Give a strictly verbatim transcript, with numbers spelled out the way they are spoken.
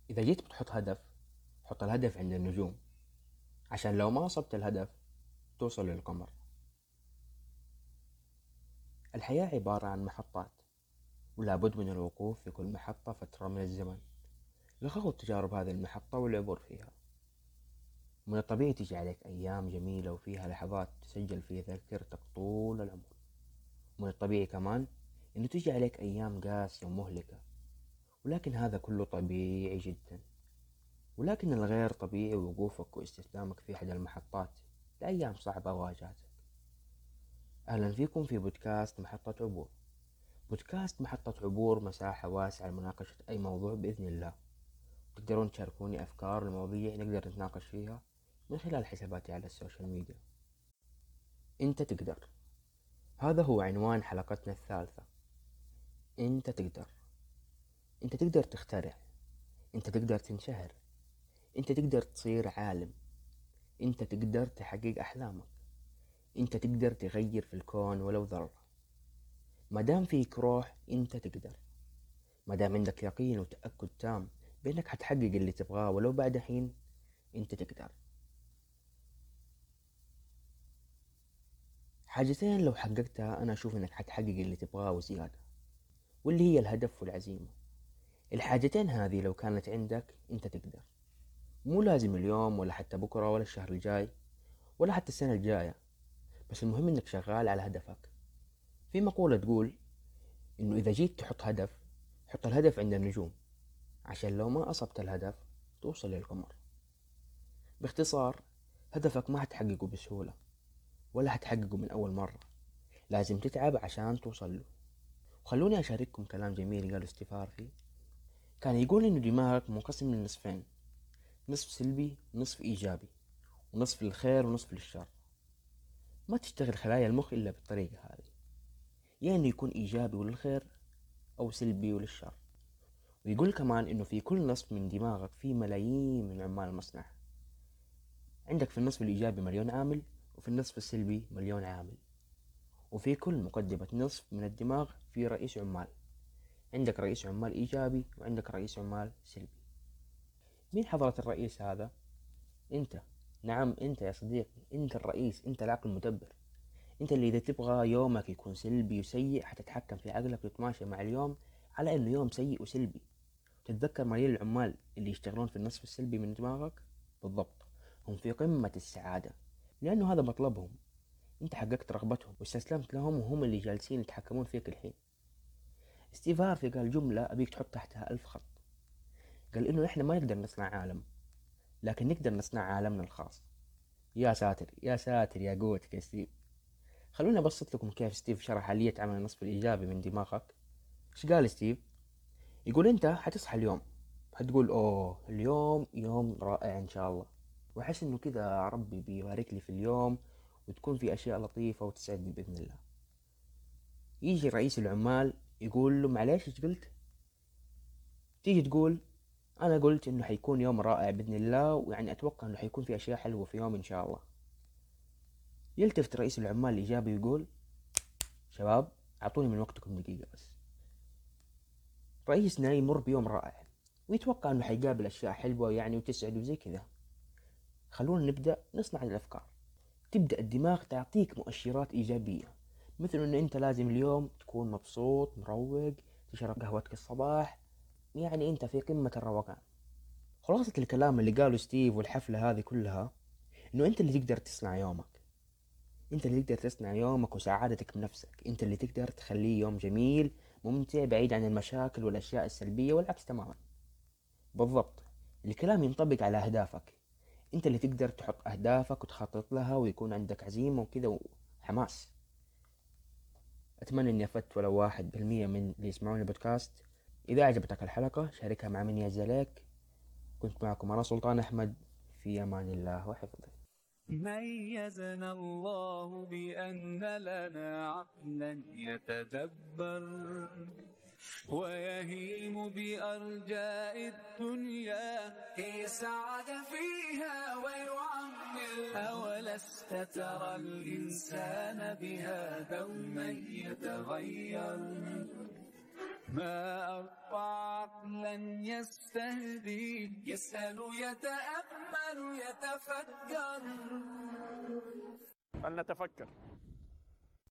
إذا جيت بتحط هدف، حط الهدف عند النجوم، عشان لو ما أصبت الهدف توصل للقمر. الحياة عبارة عن محطات، ولا بد من الوقوف في كل محطة فترة من الزمن لخوض تجارب هذه المحطة والعبور فيها. من الطبيعي تجي عليك أيام جميلة وفيها لحظات تسجل في ذاكرتك طول العمر. من الطبيعي كمان إنه تجي عليك أيام قاسية ومهلكة، ولكن هذا كله طبيعي جدا. ولكن الغير طبيعي وقوفك واستسلامك في أحد المحطات لأيام صعبة واجهتك. أهلا فيكم في بودكاست محطة عبور. بودكاست محطة عبور مساحة واسعة لمناقشة أي موضوع بإذن الله. تقدرون تشاركوني أفكار لمواضيع نقدر نتناقش فيها من خلال حساباتي على السوشيال ميديا. أنت تقدر، هذا هو عنوان حلقتنا الثالثة. أنت تقدر. أنت تقدر تخترع، أنت تقدر تنشهر، أنت تقدر تصير عالم، أنت تقدر تحقق أحلامك، أنت تقدر تغير في الكون ولو ذرة. مادام فيك روح أنت تقدر، مادام عندك يقين وتأكد تام بأنك حتحقق اللي تبغاه ولو بعد حين، أنت تقدر. حاجتين لو حققتها أنا أشوف أنك حتحقق اللي تبغاه وزيادة، واللي هي الهدف والعزيمة. الحاجتين هذه لو كانت عندك أنت تقدر. مو لازم اليوم ولا حتى بكرة ولا الشهر الجاي ولا حتى السنة الجاية، بس المهم أنك شغال على هدفك. في مقولة تقول إنه إذا جيت تحط هدف، حط الهدف عند النجوم، عشان لو ما أصبت الهدف توصل للقمر. باختصار، هدفك ما هتحققه بسهولة ولا هتحققه من أول مرة، لازم تتعب عشان توصل له. وخلوني أشارككم كلام جميل قاله ستيف هارفي. كان يقول إنه دماغك منقسم لنصفين، نصف سلبي ونصف إيجابي، ونصف للخير ونصف للشر. ما تشتغل خلايا المخ إلا بالطريقة هذه، يا إنه يكون إيجابي وللخير أو سلبي وللشر. ويقول كمان إنه في كل نصف من دماغك في ملايين من عمال المصنع. عندك في النصف الإيجابي مليون عامل، وفي النصف السلبي مليون عامل. وفي كل مقدمة نصف من الدماغ في رئيس عمال. عندك رئيس عمال إيجابي وعندك رئيس عمال سلبي. مين حضرة الرئيس هذا؟ أنت. نعم أنت يا صديقي، أنت الرئيس، أنت العقل المدبر. أنت اللي إذا تبغى يومك يكون سلبي وسيء حتتحكم في عقلك وتتماشى مع اليوم على إنه يوم سيء وسلبي. تتذكر ملايين العمال اللي يشتغلون في النصف السلبي من دماغك؟ بالضبط، هم في قمة السعادة لأنه هذا مطلبهم. أنت حققت رغبتهم واستسلمت لهم وهم اللي جالسين يتحكمون فيك الحين. ستيف هارفي قال جملة أبيك تحط تحتها ألف خط. قال إنه إحنا ما نقدر نصنع عالم، لكن نقدر نصنع عالمنا الخاص. يا ساتر يا ساتر يا قوتك يا ستيف. خلوني أبسط لكم كيف ستيف شرح آلية عمل النصف الإيجابي من دماغك. إيش قال ستيف؟ يقول أنت حتصحى اليوم حتقول أوه اليوم يوم رائع إن شاء الله، وأحس إنه كذا ربي بيبارك لي في اليوم وتكون في أشياء لطيفة وتسعدني بإذن الله. يجي رئيس العمال يقول له معليش إيش قلت؟ تيجي تقول أنا قلت إنه حيكون يوم رائع بإذن الله، ويعني أتوقع إنه حيكون في أشياء حلوة في يوم إن شاء الله. يلتفت رئيس العمال الإيجابي ويقول شباب أعطوني من وقتكم دقيقة بس. رئيسنا يمر بيوم رائع ويتوقع إنه حيقابل أشياء حلوة يعني وتسعد وزي كذا. خلونا نبدأ نصنع الأفكار. تبدأ الدماغ تعطيك مؤشرات إيجابية، مثل إنه أنت لازم اليوم تكون مبسوط مروق، تشرب قهوتك الصباح، يعني أنت في قمة الروقان. خلاصة الكلام اللي قاله ستيف والحفلة هذه كلها إنه أنت اللي تقدر تصنع يومك. أنت اللي تقدر تصنع يومك وسعادتك بنفسك. أنت اللي تقدر تخليه يوم جميل ممتع بعيد عن المشاكل والأشياء السلبية، والعكس تماما. بالضبط، الكلام ينطبق على أهدافك. أنت اللي تقدر تحط أهدافك وتخطط لها ويكون عندك عزيمة وكذا وحماس. أتمنى أني أفدت ولو واحد بالمية من اللي يسمعون البودكاست. إذا أعجبتك الحلقة شاركها مع من يعزلك. كنت معكم أنا سلطان أحمد، في أمان الله وحفظه. ميزنا الله بأن لنا عقلا يتدبر ويهيم بأرجاء الدنيا يسعد فيها ويعمر. أولست ترى الإنسان بها دوما يتغير؟ ما أرقى عقلا يستهدي يسأل يتأمل يتفكر. فلنتفكر.